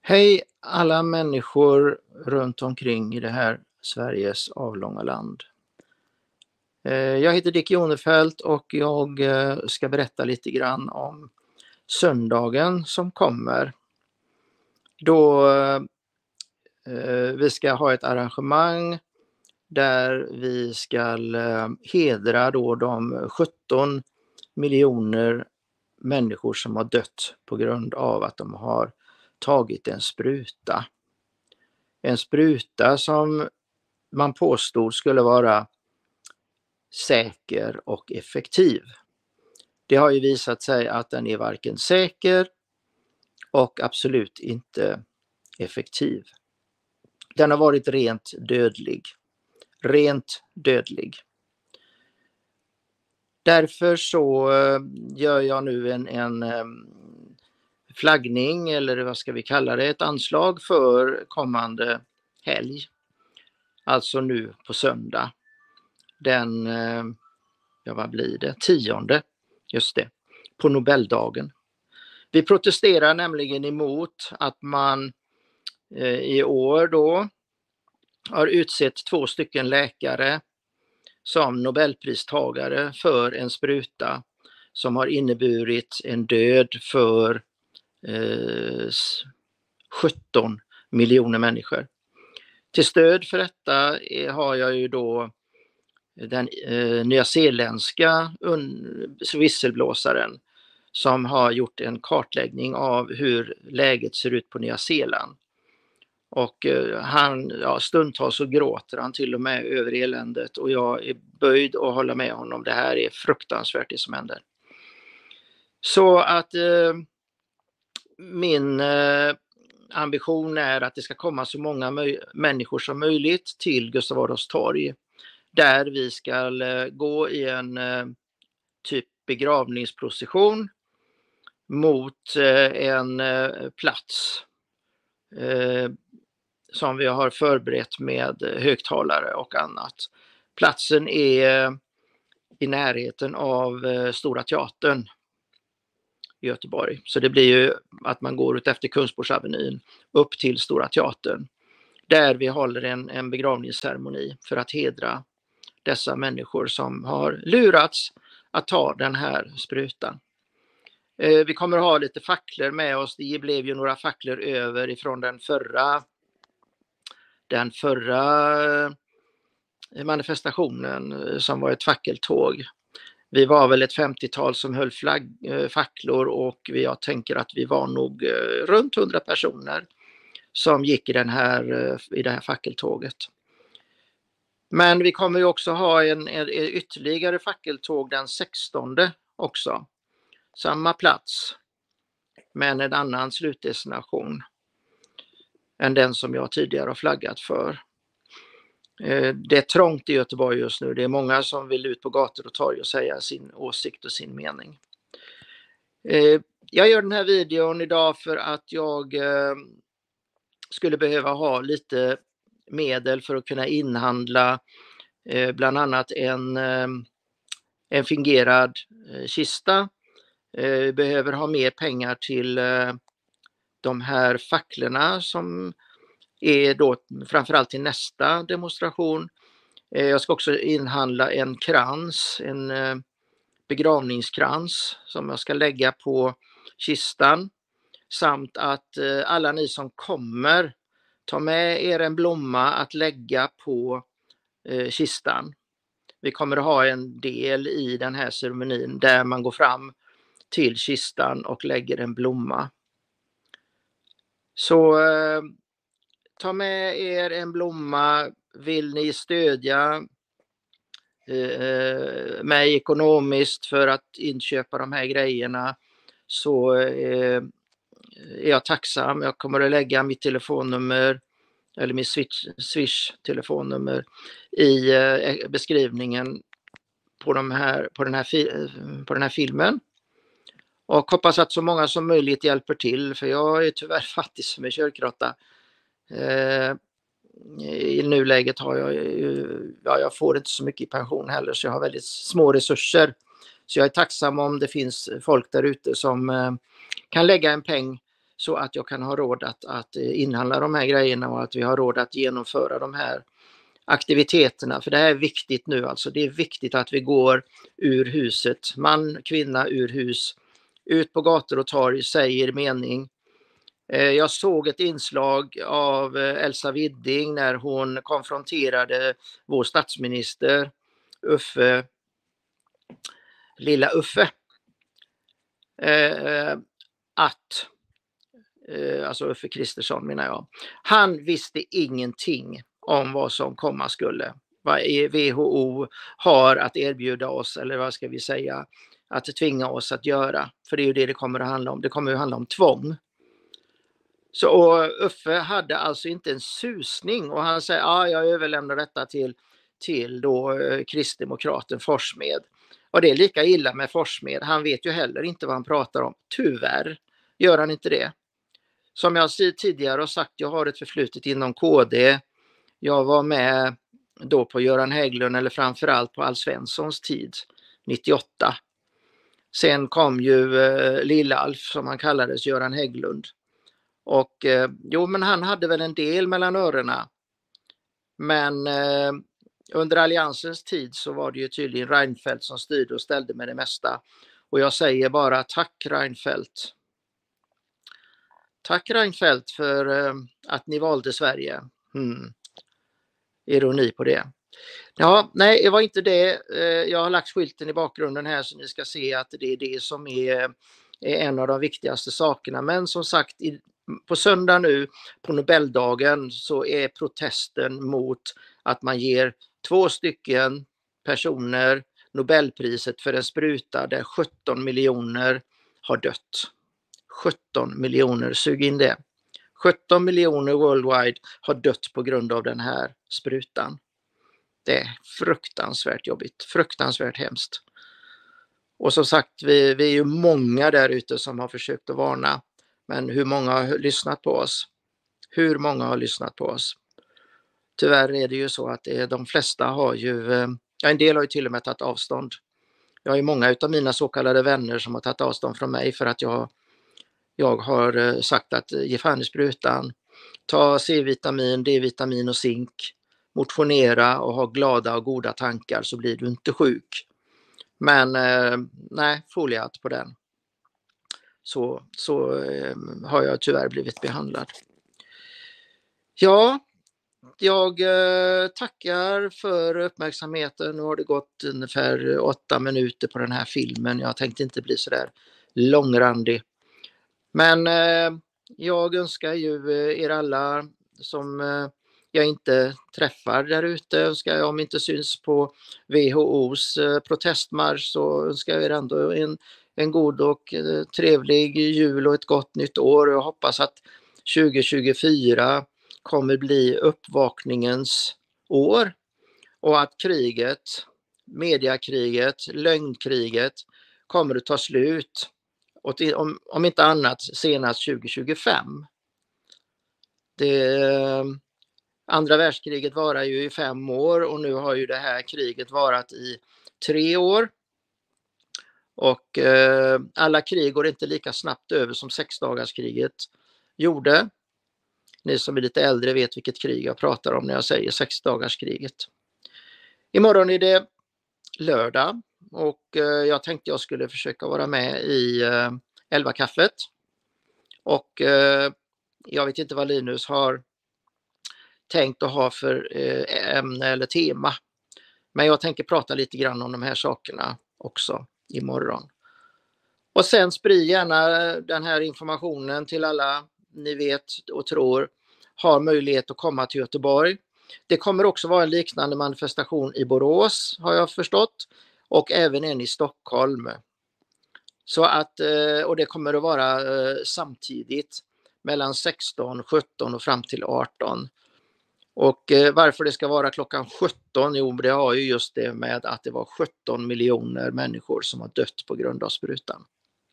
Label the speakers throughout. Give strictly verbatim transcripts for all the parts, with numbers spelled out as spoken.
Speaker 1: Hej alla människor runt omkring i det här Sveriges avlånga land. Eh, Jag heter Dick Jonefelt och jag eh, ska berätta lite grann om söndagen som kommer. Då eh, vi ska ha ett arrangemang där vi ska eh, hedra då de sjutton miljoner människor som har dött på grund av att de har tagit en spruta. En spruta som man påstod skulle vara säker och effektiv. Det har ju visat sig att den är varken säker och absolut inte effektiv. Den har varit rent dödlig. Rent dödlig. Därför så gör jag nu en, en flaggning, eller vad ska vi kalla det, ett anslag för kommande helg. Alltså nu på söndag. Den, ja vad blir det, tionde, just det, på Nobeldagen. Vi protesterar nämligen emot att man eh, i år då har utsett två stycken läkare som Nobelpristagare för en spruta som har inneburit en död för eh, sjutton miljoner människor. Till stöd för detta har jag ju då den eh, nyzeeländska visselblåsaren som har gjort en kartläggning av hur läget ser ut på Nya Zeeland. Och eh, han, ja, stundtals så gråter han till och med över eländet, och jag är böjd att hålla med honom. Det här är fruktansvärt det som händer. Så att eh, min eh, ambition är att det ska komma så många möj- människor som möjligt till Gustav Adolfs torg, där vi ska gå i en eh, typ begravningsprocession mot eh, en eh, plats eh, som vi har förberett med högtalare och annat. Platsen är i närheten av eh, Stora Teatern i Göteborg. Så det blir ju att man går ut efter Kungsportsavenyn upp till Stora Teatern, där vi håller en, en begravningsceremoni för att hedra dessa människor som har lurats att ta den här sprutan. Eh, vi kommer att ha lite facklor med oss. Det blev ju några facklor över ifrån den förra, den förra manifestationen som var ett fackeltåg. Vi var väl ett femtiotal som höll flagg, eh, facklor, och jag tänker att vi var nog eh, runt hundra personer som gick i, den här, eh, i det här fackeltåget. Men vi kommer ju också ha en, en, en ytterligare fackeltåg den sextonde också. Samma plats, men en annan slutdestination än den som jag tidigare har flaggat för. Eh, det är trångt i Göteborg just nu. Det är många som vill ut på gator och torg och säga sin åsikt och sin mening. Eh, jag gör den här videon idag för att jag eh, skulle behöva ha lite medel för att kunna inhandla eh, bland annat en, eh, en fingerad eh, kista. Eh, vi behöver ha mer pengar till eh, de här facklorna som är då framförallt till nästa demonstration. Eh, jag ska också inhandla en krans, en eh, begravningskrans som jag ska lägga på kistan, samt att eh, alla ni som kommer, ta med er en blomma att lägga på eh, kistan. Vi kommer att ha en del i den här ceremonin där man går fram till kistan och lägger en blomma. Så eh, ta med er en blomma. Vill ni stödja eh, mig ekonomiskt för att inköpa de här grejerna, så eh, är jag tacksam. Jag kommer att lägga mitt telefonnummer eller min Swish, Swish telefonnummer i eh, beskrivningen på, de här, på, den här fi, på den här filmen. Och hoppas att så många som möjligt hjälper till, för jag är tyvärr fattig som en kyrkråtta. Eh, I nuläget har jag, ja, jag får inte så mycket i pension heller, så jag har väldigt små resurser. Så jag är tacksam om det finns folk där ute som eh, kan lägga en peng så att jag kan ha råd att, att inhandla de här grejerna och att vi har råd att genomföra de här aktiviteterna. För det här är viktigt nu, alltså det är viktigt att vi går ur huset, man, kvinna ur hus, ut på gator och torg, säger mening. Jag såg ett inslag av Elsa Widding när hon konfronterade vår statsminister Uffe, lilla Uffe, eh, att, eh, alltså Uffe Kristersson menar jag, han visste ingenting om vad som komma skulle. Vad W H O har att erbjuda oss, eller vad ska vi säga, att tvinga oss att göra. För det är ju det det kommer att handla om. Det kommer att handla om tvång. Så och Uffe hade alltså inte en susning och han säger, ja ah, jag överlämnar detta till, till då eh, kristdemokraten Forssmed. Och det är lika illa med Forssmed. Han vet ju heller inte vad han pratar om. Tyvärr gör han inte det. Som jag tidigare har sagt, jag har ett förflutet inom K D. Jag var med då på Göran Hägglund, eller framförallt på Alf Svenssons tid, nittioåtta. Sen kom ju eh, Lill-Alf, som han kallades, Göran Hägglund. Och eh, jo, men han hade väl en del mellan öronen. Men eh, under alliansens tid så var det ju tydligen Reinfeldt som styrde och ställde med det mesta. Och jag säger bara tack Reinfeldt. Tack Reinfeldt för eh, att ni valde Sverige. Hmm. Ironi på det. Ja, nej, det var inte det. Jag har lagt skylten i bakgrunden här så ni ska se att det är det som är, är en av de viktigaste sakerna. Men som sagt, i, på söndag nu på Nobeldagen så är protesten mot att man ger två stycken personer Nobelpriset för en spruta där sjutton miljoner har dött. sjutton miljoner, sug in det. sjutton miljoner worldwide har dött på grund av den här sprutan. Det är fruktansvärt jobbigt, fruktansvärt hemskt. Och som sagt, vi, vi är ju många där ute som har försökt att varna. Men hur många har lyssnat på oss? Hur många har lyssnat på oss? Tyvärr är det ju så att det, de flesta har ju, ja, en del har ju till och med tagit avstånd. Jag har ju många av mina så kallade vänner som har tagit avstånd från mig för att jag Jag har sagt att ge fan i sprutan, ta C-vitamin, D-vitamin och zink, motionera och ha glada och goda tankar så blir du inte sjuk. Men eh, nej, foliat på den. Så, så eh, har jag tyvärr blivit behandlad. Ja, jag eh, tackar för uppmärksamheten. Nu har det gått ungefär åtta minuter på den här filmen. Jag tänkte inte bli så där långrandig. Men eh, jag önskar ju er alla som eh, jag inte träffar där ute, önskar jag, om inte syns på W H O:s eh, protestmarsch, så önskar jag er ändå en, en god och eh, trevlig jul och ett gott nytt år. Jag hoppas att tjugo tjugofyra kommer bli uppvakningens år och att kriget, mediakriget, lögnkriget kommer att ta slut. Och till, om, om inte annat senast tjugo tjugofem. Det, andra världskriget varar ju i fem år och nu har ju det här kriget varat i tre år. Och eh, alla krig går inte lika snabbt över som sexdagarskriget gjorde. Ni som är lite äldre vet vilket krig jag pratar om när jag säger sexdagarskriget. Imorgon är det lördag. Och eh, jag tänkte jag skulle försöka vara med i eh, elva kaffet. Och eh, jag vet inte vad Linus har tänkt att ha för eh, ämne eller tema. Men jag tänker prata lite grann om de här sakerna också imorgon. Och sen sprid gärna den här informationen till alla ni vet och tror har möjlighet att komma till Göteborg. Det kommer också vara en liknande manifestation i Borås har jag förstått. Och även en i Stockholm. Så att, och det kommer att vara samtidigt mellan sexton, sjutton och fram till arton. Och varför det ska vara klockan sjutton, jo det har ju just det med att det var sjutton miljoner människor som har dött på grund av sprutan.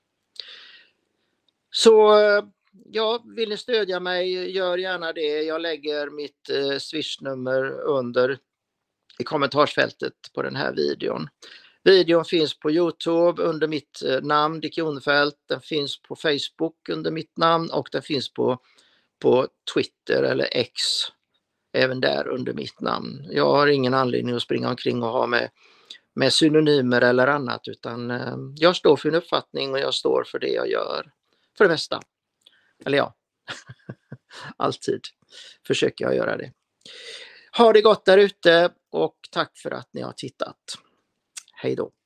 Speaker 1: Så ja, vill ni stödja mig, gör gärna det. Jag lägger mitt swishnummer under i kommentarsfältet på den här videon. Videon finns på YouTube under mitt namn Dick Jonefelt. Den finns på Facebook under mitt namn och den finns på, på Twitter eller X även där under mitt namn. Jag har ingen anledning att springa omkring och ha med, med synonymer eller annat, utan eh, jag står för en uppfattning och jag står för det jag gör. För det mesta. Eller ja, alltid försöker jag göra det. Ha det gott där ute och tack för att ni har tittat. Hej då!